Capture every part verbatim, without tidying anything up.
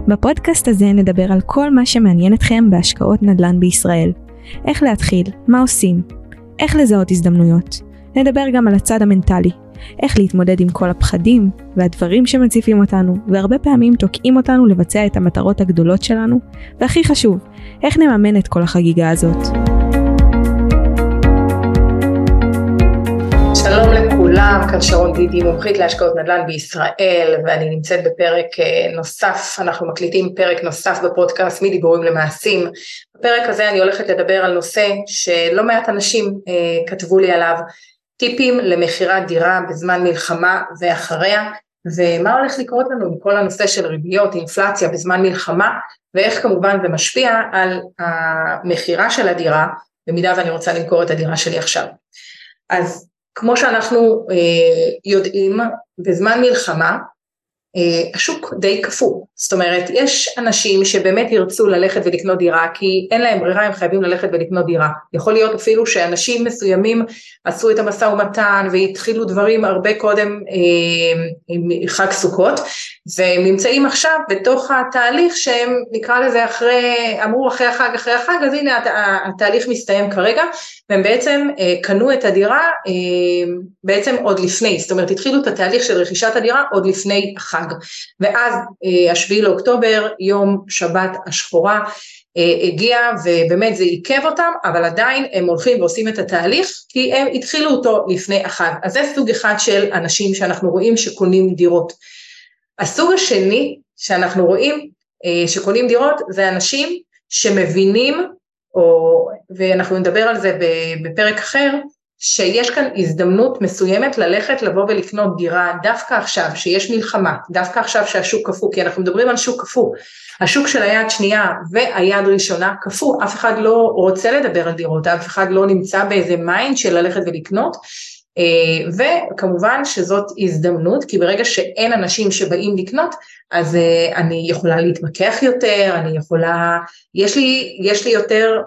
בפודקאסט הזה נדבר על כל מה שמעניין אתכם בהשקעות נדל"ן בישראל. איך להתחיל, מה עושים, איך לזהות הזדמנויות. נדבר גם על הצד המנטלי, איך להתמודד עם כל הפחדים והדברים שמציפים אותנו, והרבה פעמים תוקעים אותנו לבצע את המטרות הגדולות שלנו, והכי חשוב, איך נממן את כל החגיגה הזאת. שלום לכולם, כאן שרון דידי, מומחית להשקעות נדל"ן בישראל, ואני נמצאת בפרק נוסף, אנחנו מקליטים פרק נוסף בפודקאסט מדיבורים למעשים. בפרק הזה אני הולכת לדבר על נושא שלא מעט אנשים אה, כתבו לי עליו, טיפים למכירת דירה בזמן מלחמה ואחריה, ומה הולך לקרות לנו עם כל הנושא של ריביות, אינפלציה בזמן מלחמה, ואיך כמובן זה משפיע על המכירה של הדירה, במידה ואני רוצה למכור את הדירה שלי עכשיו. אז כמו שאנחנו אה, יודעים, בזמן מלחמה, אה, השוק די קפוא. זאת אומרת, יש אנשים שבאמת ירצו ללכת ולקנות דירה, כי אין להם ברירה, הם חייבים ללכת ולקנות דירה. יכול להיות אפילו שאנשים מסוימים עשו את המשא ומתן, והתחילו דברים הרבה קודם אה, עם חג סוכות, והם נמצאים עכשיו בתוך התהליך שהם נקרא לזה אחרי, אמרו אחרי החג, אחרי החג, אז הנה התהליך מסתיים כרגע, והם בעצם אה, קנו את הדירה אה, בעצם עוד לפני, זאת אומרת התחילו את התהליך של רכישת הדירה עוד לפני החג, ואז אה, השביעי לאוקטובר, יום שבת השחורה, אה, הגיע ובאמת זה עיכב אותם, אבל עדיין הם הולכים ועושים את התהליך, כי הם התחילו אותו לפני החג. אז זה סוג אחד של אנשים שאנחנו רואים שקונים דירות. הסוג השני שאנחנו רואים אה, שקונים דירות, זה אנשים שמבינים, או, ואנחנו נדבר על זה בפרק אחר, שיש כאן הזדמנות מסוימת ללכת לבוא ולקנות דירה דווקא עכשיו, שיש מלחמה, דווקא עכשיו שהשוק קפוא, כי אנחנו מדברים על שוק קפוא, השוק של היד שנייה והיד ראשונה קפוא, אף אחד לא רוצה לדבר על דירות, אף אחד לא נמצא באיזה מיינד של ללכת ולקנות, וכמובן שזאת הזדמנות, כי ברגע שאין אנשים שבאים לקנות, אז אני יכולה להתמקח יותר, אני יכולה, יש לי, יש לי יותר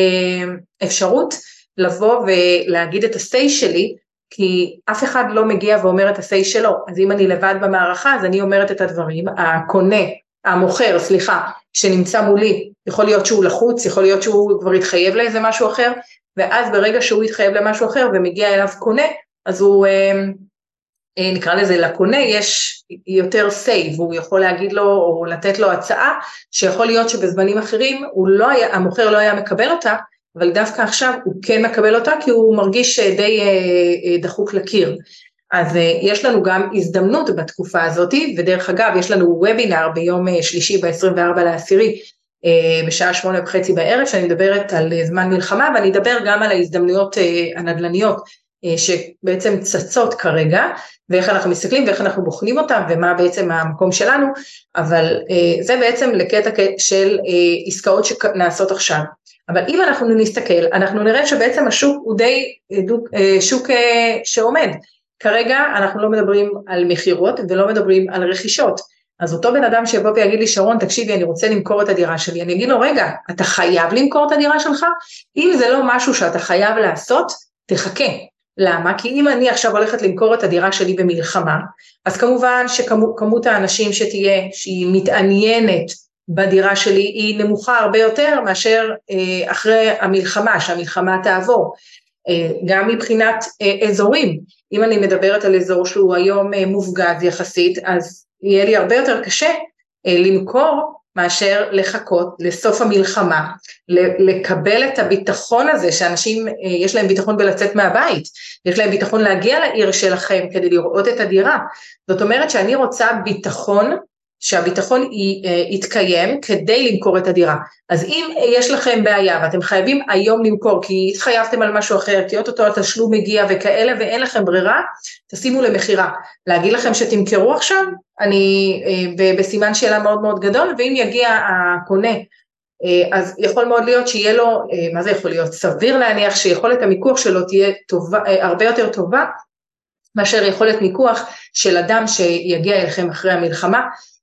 אפשרות לבוא ולהגיד את הסי שלי, כי אף אחד לא מגיע ואומר את הסי שלו, אז אם אני לבד במערכה, אז אני אומרת את הדברים, הקונה, המוכר, סליחה, שנמצא מולי, יכול להיות שהוא לחוץ, יכול להיות שהוא כבר התחייב לאיזה משהו אחר, ואז ברגע שהוא התחייב למשהו אחר ומגיע אליו קונה, אז הוא, נקרא לזה לקונה, יש יותר סי, והוא יכול להגיד לו או לתת לו הצעה, שיכול להיות שבזמנים אחרים הוא לא היה, המוכר לא היה מקבל אותה, אבל דווקא עכשיו הוא כן מקבל אותה, כי הוא מרגיש די דחוק לקיר. אז יש לנו גם הזדמנות בתקופה הזאת, ודרך אגב יש לנו וובינר ביום שלישי ב-עשרים וארבעה לעשירי, בשעה שמונה וחצי בערב, שאני מדברת על זמן מלחמה, ואני אדבר גם על ההזדמנויות הנדל"ניות, שבעצם צצות כרגע, ואיך אנחנו מסתכלים, ואיך אנחנו בוחנים אותם, ומה בעצם המקום שלנו, אבל זה בעצם לקטע של עסקאות שנעשות עכשיו. אבל אם אנחנו נסתכל, אנחנו נראה שבעצם השוק הוא די שוק שעומד. כרגע אנחנו לא מדברים על מחירות, ולא מדברים על רכישות. אז אותו בן אדם שבוא ויגיד לי, שרון, תקשיבי, אני רוצה למכור את הדירה שלי. אני אגיד לו, רגע, אתה חייב למכור את הדירה שלך? אם זה לא משהו שאתה חייב לעשות, תחכה. למה? כי אם אני עכשיו הולכת למכור את הדירה שלי במלחמה, אז כמובן שכמות האנשים שתהיה, שהיא מתעניינת בדירה שלי, היא נמוכה הרבה יותר מאשר אחרי המלחמה, שהמלחמה תעבור. גם מבחינת אזורים, אם אני מדברת על אזור שהוא היום מופגז יחסית, אז יהיה לי הרבה יותר קשה למכור, מאשר לחכות לסוף המלחמה, לקבל את הביטחון הזה, שאנשים יש להם ביטחון בלצאת מהבית, יש להם ביטחון להגיע לעיר שלכם, כדי לראות את הדירה. זאת אומרת שאני רוצה ביטחון, שהביטחון יתקיים כדי למכור את הדירה. אז אם יש לכם בעיה, ואתם חייבים היום למכור, כי התחייבתם על משהו אחר, כי אותו התשלום מגיע וכאלה, ואין לכם ברירה, תשימו למחירה. להגיד לכם שתמכרו עכשיו, אני בסימן שאלה מאוד מאוד גדול, ואם יגיע הקונה, אז יכול מאוד להיות שיהיה לו, מה זה יכול להיות? סביר להניח שיכולת המיקוח שלו תהיה טובה, הרבה יותר טובה, מאשר יכולת מיקוח של אדם שיגיע אליכם אחרי המלחמה,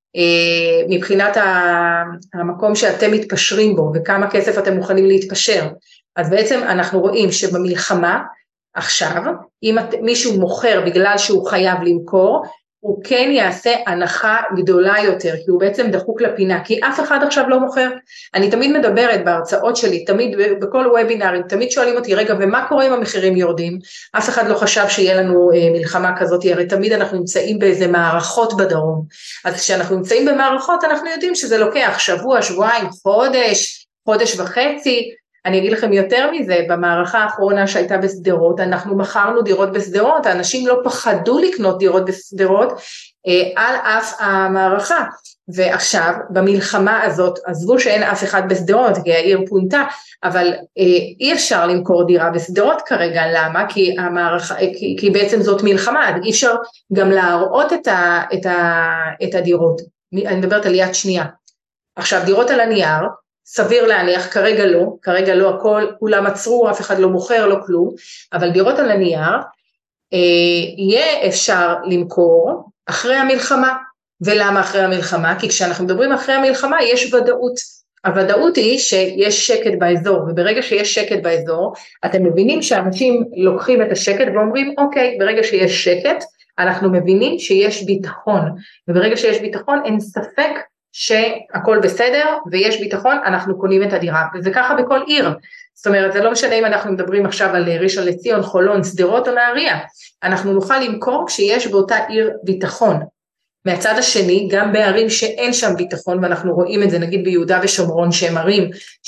מבחינת המקום שאתם מתפשרים בו, וכמה כסף אתם מוכנים להתפשר. אז בעצם אנחנו רואים שבמלחמה, עכשיו, אם מישהו מוכר בגלל שהוא חייב למכור, הוא כן יעשה הנחה גדולה יותר, כי הוא בעצם דחוק לפינה, כי אף אחד עכשיו לא מוכר. אני תמיד מדברת בהרצאות שלי, תמיד בכל וובינרים, תמיד שואלים אותי, רגע, ומה קורה אם המחירים יורדים? אף אחד לא חשב שיהיה לנו אה, מלחמה כזאת, הרי תמיד אנחנו נמצאים באיזה מערכות בדרום. אז כשאנחנו נמצאים במערכות, אנחנו יודעים שזה לוקח שבוע, שבועיים, חודש, חודש וחצי. אני אגיד לכם יותר מזה, במערכה האחרונה שהייתה בסדרות, אנחנו מכרנו דירות בסדרות, האנשים לא פחדו לקנות דירות בסדרות, אה, על אף המערכה, ועכשיו במלחמה הזאת, עזבו שאין אף אחד בסדרות, כי העיר פונתה, אבל אה, אי אפשר למכור דירה בסדרות כרגע, למה? כי, המערכה, כי, כי בעצם זאת מלחמה, אי אפשר גם להראות את, ה, את, ה, את הדירות, אני מדברת על יד שנייה, עכשיו דירות על הנייר, סביר להניח, כרגע לא, כרגע לא הכל, כולם עצרו, אף אחד לא מוכר, לא כלום, אבל דירות על הנייר, אה, יהיה אפשר למכור אחרי המלחמה, ולמה אחרי המלחמה? כי כשאנחנו מדברים אחרי המלחמה, יש ודאות, הוודאות היא שיש שקט באזור, וברגע שיש שקט באזור, אתם מבינים שאנשים לוקחים את השקט ואומרים, אוקיי, ברגע שיש שקט, אנחנו מבינים שיש ביטחון, וברגע שיש ביטחון אין ספק, שהכל בסדר ויש ביטחון, אנחנו קונים את הדירה, וזה ככה בכל עיר, זאת אומרת, זה לא משנה אם אנחנו מדברים עכשיו על ראשון לציון, חולון, שדרות או נהריה, אנחנו נוכל למכור כשיש באותה עיר ביטחון. מהצד השני, גם בערים שאין שם ביטחון, ואנחנו רואים את זה נגיד ביהודה ושומרון, שהם ערים,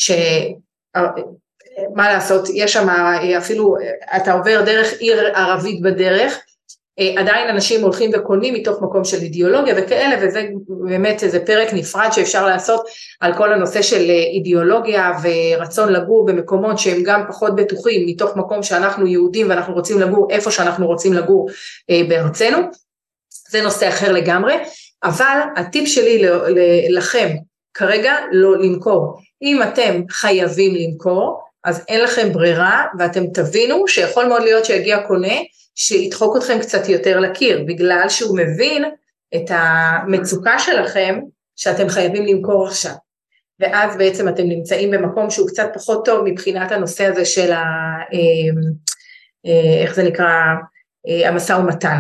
שמה לעשות, יש שם אפילו, אתה עובר דרך עיר ערבית בדרך, עדיין אנשים הולכים וקונים מתוך מקום של אידיאולוגיה וכאלה, וזה באמת איזה פרק נפרד שאפשר לעשות על כל הנושא של אידיאולוגיה ורצון לגור במקומות שהם גם פחות בטוחים, מתוך מקום שאנחנו יהודים ואנחנו רוצים לגור איפה שאנחנו רוצים לגור בארצנו, זה נושא אחר לגמרי, אבל הטיפ שלי לכם כרגע לא למכור, אם אתם חייבים למכור, אז אין לכם ברירה, ואתם תבינו שיכול מאוד להיות שיגיע קונה, שידחוק אתכם קצת יותר לקיר, בגלל שהוא מבין את המצוקה שלכם, שאתם חייבים למכור עכשיו, ואז בעצם אתם נמצאים במקום שהוא קצת פחות טוב, מבחינת הנושא הזה של ה... איך זה נקרא, המשא ומתן.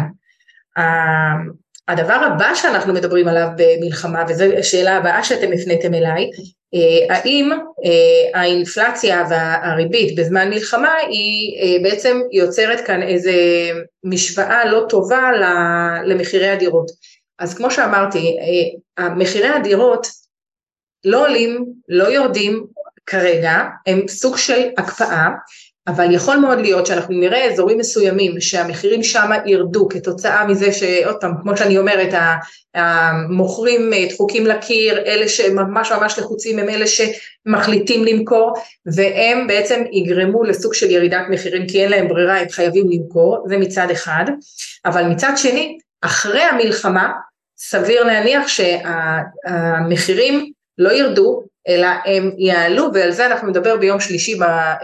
הדבר הבא שאנחנו מדברים עליו במלחמה, וזו השאלה הבאה שאתם הפניתם אליי, האם האינפלציה והריבית בזמן מלחמה היא בעצם יוצרת כאן איזו משוואה לא טובה למחירי הדירות. אז כמו שאמרתי, מחירי הדירות לא עולים, לא יורדים כרגע, הם סוג של הקפאה, אבל יכול מאוד להיות שאנחנו נראה אזורים מסוימים שהמחירים שם ירדו כתוצאה מזה שעוד פעם, כמו שאני אומרת, המוכרים דחוקים לקיר, אלה שממש ממש לחוצים הם אלה שמחליטים למכור, והם בעצם יגרמו לסוג של ירידת מחירים, כי אין להם ברירה, הם חייבים למכור, זה מצד אחד, אבל מצד שני, אחרי המלחמה, סביר להניח שהמחירים לא ירדו, אלא הם יעלו, ועל זה אנחנו מדבר ביום שלישי ב...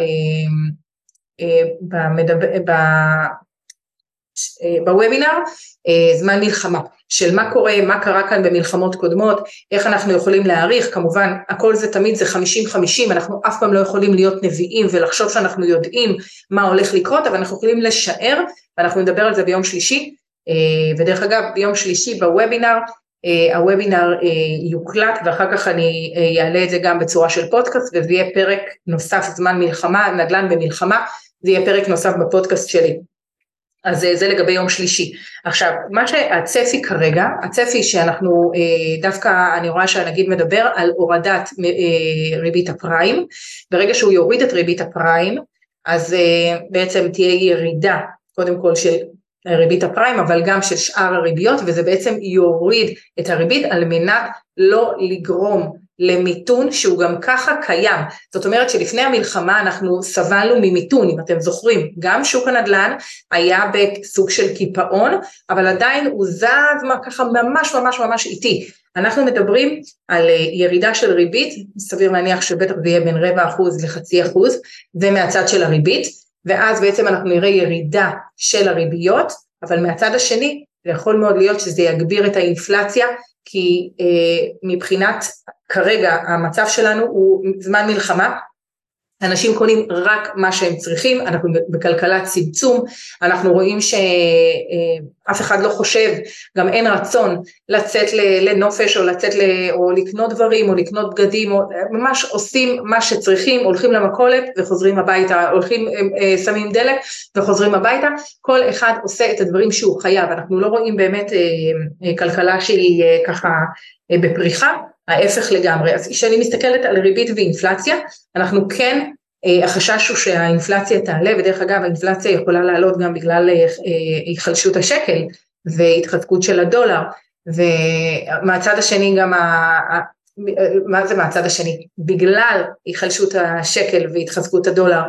בוובינר, זמן מלחמה, של מה קורה, מה קרה כאן במלחמות קודמות, איך אנחנו יכולים להעריך, כמובן הכל זה תמיד זה חמישים חמישים, אנחנו אף פעם לא יכולים להיות נביאים ולחשוב שאנחנו יודעים מה הולך לקרות, אבל אנחנו יכולים לשער, ואנחנו נדבר על זה ביום שלישי, ודרך אגב ביום שלישי בוובינר, הוובינר יוקלט ואחר כך אני אעלה את זה גם בצורה של פודקאסט, וזה יהיה פרק נוסף, זמן מלחמה, נדל"ן במלחמה, זה יהיה פרק נוסף בפודקאסט שלי, אז זה לגבי יום שלישי. עכשיו, מה שהצפי כרגע, הצפי שאנחנו דווקא, אני רואה שהנגיד מדבר על הורדת ריבית הפריים, ברגע שהוא יוריד את ריבית הפריים, אז בעצם תהיה ירידה, קודם כל של ריבית הפריים, אבל גם של שאר הריביות, וזה בעצם יוריד את הריבית על מנת לא לגרום למיתון שהוא גם ככה קיים. זאת אומרת שלפני המלחמה אנחנו סבלנו ממיתון, אם אתם זוכרים, גם שוק הנדל"ן היה בסוג של קיפאון, אבל עדיין הוא זז ככה ממש ממש ממש איטי. אנחנו מדברים על ירידה של ריבית, סביר להניח שבטח זה יהיה בין רבע אחוז לחצי אחוז, זה מהצד של הריבית, ואז בעצם אנחנו נראה ירידה של הריביות, אבל מהצד השני, זה יכול מאוד להיות שזה יגביר את האינפלציה, כי אה, מבחינת כרגע המצב שלנו הוא זמן מלחמה, אנשים קונים רק מה שהם צריכים, אנחנו בכלכלת צמצום, אנחנו רואים שאף אחד לא חושב, גם אין רצון לצאת לנופש או לצאת ל... או לקנות דברים או לקנות בגדים, או ממש עושים מה שצריכים, הולכים למכולת וחוזרים הביתה, הולכים, שמים דלק וחוזרים הביתה, כל אחד עושה את הדברים שהוא חייב, אנחנו לא רואים באמת כלכלה שהיא ככה בפריחה, ההפך לגמרי. אז כשאני מסתכלת על ריבית ואינפלציה, אנחנו כן, החשש הוא שהאינפלציה תעלה, ודרך אגב האינפלציה יכולה לעלות גם בגלל היחלשות השקל, והתחזקות של הדולר, ומהצד השני גם, ה... מה זה מהצד השני? בגלל היחלשות השקל והתחזקות הדולר,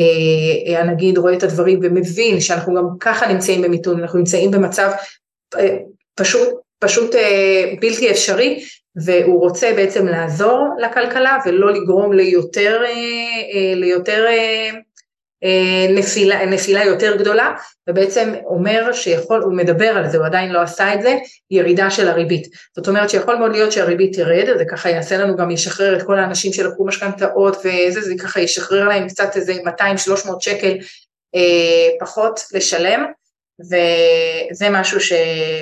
הנגיד רואה את הדברים ומבין שאנחנו גם ככה נמצאים במיתון, אנחנו נמצאים במצב פשוט, פשוט בלתי אפשרי, והוא רוצה בעצם לעזור לכלכלה ולא לגרום ליותר, ליותר נפילה, נפילה יותר גדולה, ובעצם אומר שיכול, הוא מדבר על זה, הוא עדיין לא עשה את זה, ירידה של הריבית. זאת אומרת שיכול מאוד להיות שהריבית תרד, זה ככה יעשה לנו גם ישחרר את כל האנשים שלקחו משכנתאות וזה, זה ככה ישחרר להם קצת איזה מאתיים שלוש מאות שקל פחות לשלם, וזה משהו ש...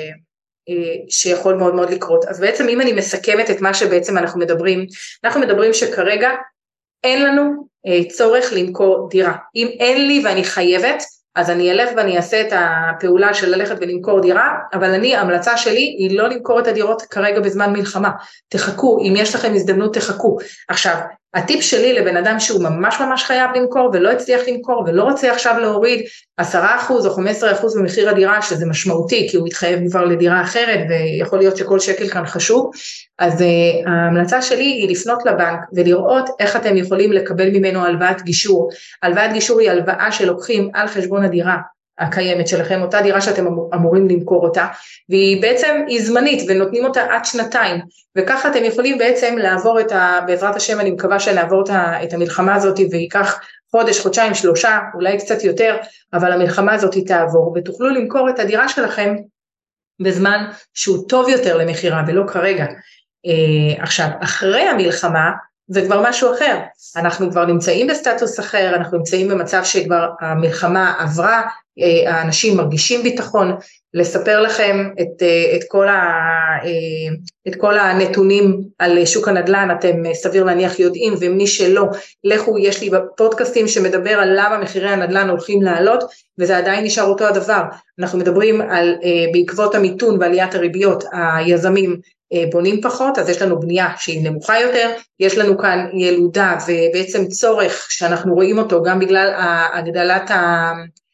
שיכול מאוד מאוד לקרות. אז בעצם אם אני מסכמת את מה שבעצם אנחנו מדברים, אנחנו מדברים שכרגע אין לנו צורך למכור דירה. אם אין לי ואני חייבת, אז אני אלך ואני אעשה את הפעולה של ללכת ולמכור דירה, אבל אני, ההמלצה שלי היא לא למכור את הדירות כרגע בזמן מלחמה. תחכו, אם יש לכם הזדמנות תחכו. עכשיו, הטיפ שלי לבן אדם שהוא ממש ממש חייב למכור ולא הצליח למכור ולא רוצה עכשיו להוריד עשרה אחוז או חמישה עשר אחוז במחיר הדירה, שזה משמעותי כי הוא מתחייב כבר לדירה אחרת ויכול להיות שכל שקל כאן חשוב, אז uh, ההמלצה שלי היא לפנות לבנק ולראות איך אתם יכולים לקבל ממנו הלוואת גישור. הלוואת גישור היא הלוואה שלוקחים על חשבון הדירה הקיימת שלכם, אותה דירה שאתם אמורים למכור אותה, והיא בעצם היא זמנית ונותנים אותה עד שנתיים, וככה אתם יכולים בעצם לעבור את ה... בעזרת השם אני מקווה שנעבור את המלחמה הזאת ויקח חודש, חודשיים, שלושה, אולי קצת יותר, אבל המלחמה הזאת היא תעבור, ותוכלו למכור את הדירה שלכם בזמן שהוא טוב יותר למחירה ולא כרגע. עכשיו, אחרי המלחמה, זה כבר משהו אחר, אנחנו כבר נמצאים בסטטוס אחר, אנחנו נמצאים במצב שכבר המלחמה עברה, האנשים מרגישים ביטחון, לספר לכם את, את, כל ה, את כל הנתונים על שוק הנדל"ן, אתם סביר להניח יודעים, ומי שלא, לכו, יש לי פודקאסטים שמדבר על למה מחירי הנדל"ן הולכים לעלות, וזה עדיין נשאר אותו הדבר, אנחנו מדברים על בעקבות המיתון ועליית הריביות, היזמים, בונים פחות, אז יש לנו בנייה שהיא נמוכה יותר, יש לנו כאן ילודה ובעצם צורך שאנחנו רואים אותו גם בגלל הגדלת, ה,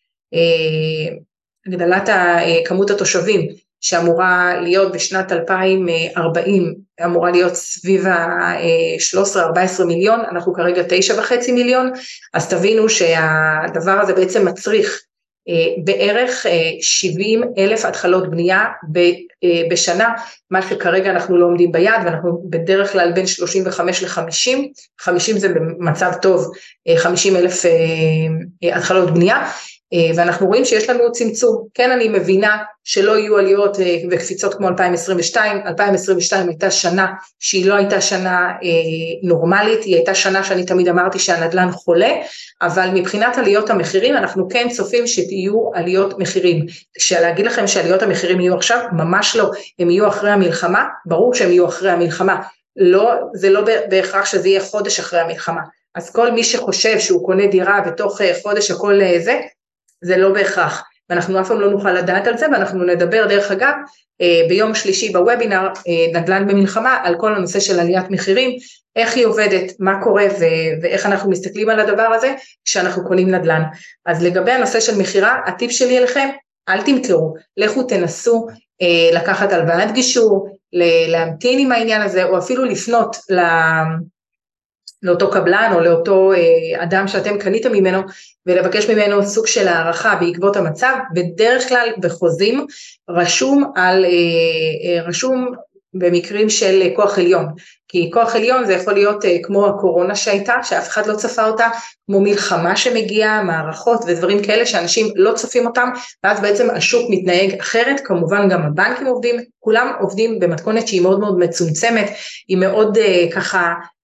הגדלת כמות התושבים שאמורה להיות בשנת אלפיים וארבעים, אמורה להיות סביב ה-שלושה עשר ארבע עשרה מיליון, אנחנו כרגע תשע וחצי מיליון, אז תבינו שהדבר הזה בעצם מצריך בערך שבעים אלף התחלות בנייה בשנה, מה שכרגע אנחנו לא עומדים ביד, ואנחנו בדרך כלל בין שלושים וחמש ל-חמישים, חמישים זה במצב טוב, חמישים אלף התחלות בנייה, ואנחנו רואים שיש לנו צמצום. כן, אני מבינה שלא יהיו עליות וקפיצות כמו אלפיים עשרים ושתיים, אלפיים עשרים ושתיים הייתה שנה שהיא לא הייתה שנה נורמלית, היא הייתה שנה שאני תמיד אמרתי שהנדל"ן חולה, אבל מבחינת עליות המחירים אנחנו כן צופים שתהיו עליות מחירים. שלהגיד לכם שעליות המחירים יהיו עכשיו, ממש לא, הם יהיו אחרי המלחמה, ברור שהם יהיו אחרי המלחמה, לא, זה לא בהכרח שזה יהיה חודש אחרי המלחמה, אז כל מי שחושב שהוא קונה דירה בתוך חודש הכל זה, זה לא בהכרח, ואנחנו אף פעם לא נוכל לדעת על זה, ואנחנו נדבר דרך אגב, ביום שלישי בוובינר, נדל"ן במלחמה, על כל הנושא של עליית מחירים, איך היא עובדת, מה קורה, ואיך אנחנו מסתכלים על הדבר הזה, כשאנחנו קונים נדל"ן. אז לגבי הנושא של מחירה, הטיפ שלי אליכם, אל תמכרו, לכו תנסו לקחת הלוואת גישור, להמתין עם העניין הזה, או אפילו לפנות ל... לאותו קבלן או לאותו אדם שאתם קניתם ממנו, ולבקש ממנו סוג של הערכה בעקבות המצב, בדרך כלל בחוזים רשום על, רשום במקרים של כוח עליון, כי כוח עליון זה יכול להיות כמו הקורונה שהייתה, שאף אחד לא צפה אותה, כמו מלחמה שמגיעה, מערכות ודברים כאלה שאנשים לא צופים אותם, ואז בעצם השוק מתנהג אחרת, כמובן גם הבנקים עובדים, כולם עובדים במתכונת שהיא מאוד מאוד מצומצמת, היא מאוד ככה,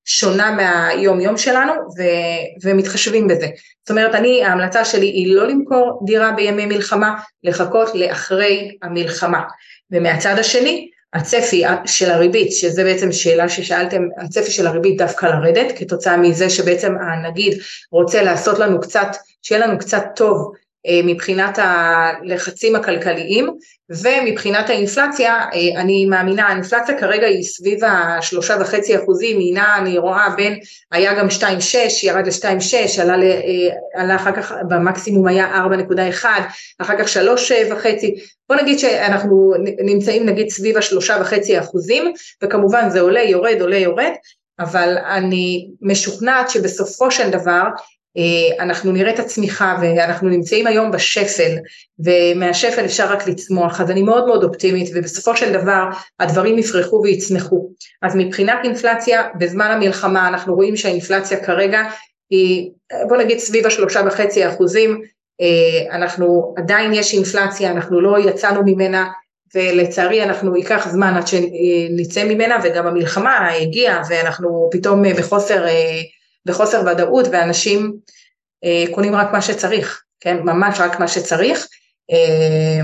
שונה מהיום יום שלנו, ו- ומתחשבים בזה. זאת אומרת, אני, ההמלצה שלי היא לא למכור דירה בימי מלחמה, לחכות לאחרי המלחמה. ומהצד השני, הצפי של הריבית, שזה בעצם שאלה ששאלתם, הצפי של הריבית דווקא לרדת, כתוצאה מזה שבעצם הנגיד רוצה לעשות לנו קצת, שיהיה לנו קצת טוב, מבחינת הלחצים הכלכליים, ומבחינת האינפלציה, אני מאמינה, האינפלציה כרגע היא סביב השלושה וחצי אחוזים, הנה אני רואה בין, היה גם שתיים נקודה שש, ירד ל-שתיים נקודה שש, עלה, עלה אחר כך, במקסימום היה ארבע נקודה אחת, אחר כך שלוש וחצי, בוא נגיד שאנחנו נמצאים נגיד סביב השלושה וחצי אחוזים, וכמובן זה עולה, יורד, עולה, יורד, אבל אני משוכנעת שבסופו של דבר, אנחנו נראה את הצמיחה, ואנחנו נמצאים היום בשפל, ומהשפל אפשר רק לצמוח, אז אני מאוד מאוד אופטימית, ובסופו של דבר הדברים יפרחו ויצמחו. אז מבחינת אינפלציה, בזמן המלחמה אנחנו רואים שהאינפלציה כרגע היא, בוא נגיד סביב השלושה וחצי אחוזים, אנחנו עדיין יש אינפלציה, אנחנו לא יצאנו ממנה, ולצערי אנחנו ייקח זמן עד שנצא ממנה, וגם המלחמה הגיעה, ואנחנו פתאום בחוסר בחוסר ודאות, ואנשים אה, קונים רק מה שצריך, כן? ממש רק מה שצריך, אה,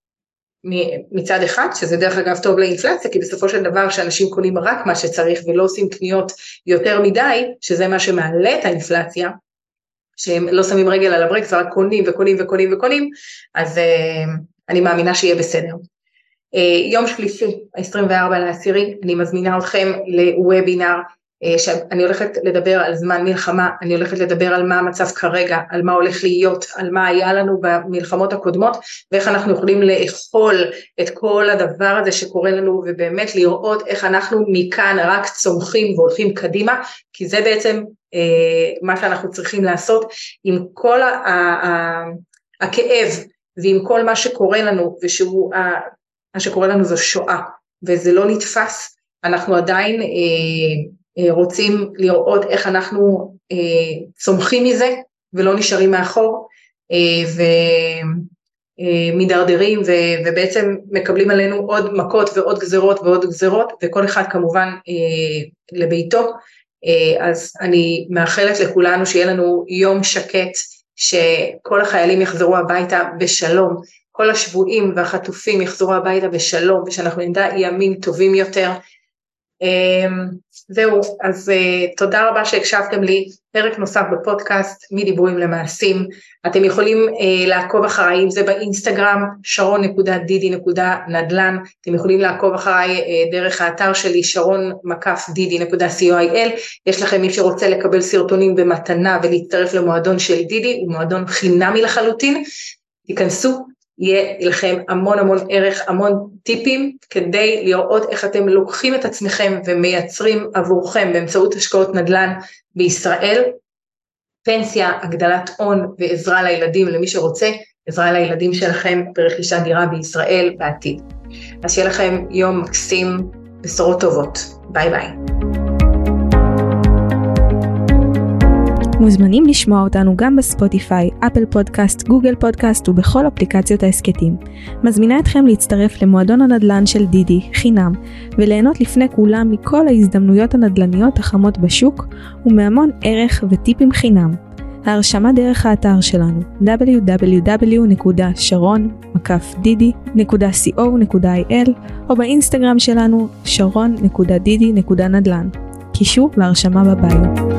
מצד אחד, שזה דרך אגב טוב לאינפלציה, כי בסופו של דבר שאנשים קונים רק מה שצריך, ולא עושים קניות יותר מדי, שזה מה שמעלה את האינפלציה, שהם לא שמים רגל על הברקס, ורק קונים וקונים וקונים וקונים, אז אה, אני מאמינה שיהיה בסדר. אה, יום שלישי, עשרים וארבעה לעשירי, אני מזמינה אתכם לוובינר, שאני הולכת לדבר על זמן מלחמה, אני הולכת לדבר על מה המצב כרגע, על מה הולך להיות, על מה היה לנו במלחמות הקודמות, ואיך אנחנו יכולים לאכול את כל הדבר הזה שקורה לנו, ובאמת לראות איך אנחנו מכאן רק צומחים והולכים קדימה, כי זה בעצם אה, מה שאנחנו צריכים לעשות, עם כל ה- ה- ה- הכאב, ועם כל מה שקורה לנו, ושהוא, ה- מה שקורה לנו זו שואה, וזה לא נתפס, אנחנו עדיין אה, רוצים לראות איך אנחנו אה, צומחים מזה, ולא נשארים מאחור, אה, ומדרדרים, ו, ובעצם מקבלים עלינו עוד מכות ועוד גזרות ועוד גזרות, וכל אחד כמובן אה, לביתו, אה, אז אני מאחלת לכולנו שיהיה לנו יום שקט, שכל החיילים יחזרו הביתה בשלום, כל השבויים והחטופים יחזרו הביתה בשלום, ושאנחנו נדע ימים טובים יותר, זהו, אז תודה רבה שהקשבתם לי, פרק נוסף בפודקאסט מדיבורים למעשים, אתם יכולים לעקוב אחריי, אם זה באינסטגרם, שרון נקודה דידי נקודה נדל"ן, אתם יכולים לעקוב אחריי דרך האתר שלי, שרון מקף דידי נקודה סי או איי אל, יש לכם מי שרוצה לקבל סרטונים במתנה ולהצטרף למועדון של דידי, הוא מועדון חינמי לחלוטין, תיכנסו, יהיה לכם המון המון ערך, המון טיפים, כדי לראות איך אתם לוקחים את עצמכם ומייצרים עבורכם באמצעות השקעות נדל"ן בישראל, פנסיה, הגדלת הון ועזרה לילדים, למי שרוצה, עזרה לילדים שלכם ברכישת דירה בישראל בעתיד. אז שיהיה לכם יום מקסים, בשורות טובות. ביי ביי. מוזמנים לשמוע אותנו גם בספוטיפיי, אפל פודקאסט, גוגל פודקאסט ובכל אפליקציות העסקתים. מזמינה אתכם להצטרף למועדון הנדל"ן של דידי, חינם, וליהנות לפני כולם מכל ההזדמנויות הנדל"ניות החמות בשוק, ומהמון ערך וטיפים חינם. ההרשמה דרך האתר שלנו דאבליו דאבליו דאבליו נקודה שרון מקף דידי נקודה סי או נקודה איי אל או באינסטגרם שלנו שרון נקודה דידי נקודה נדל"ן. קישור להרשמה בביו.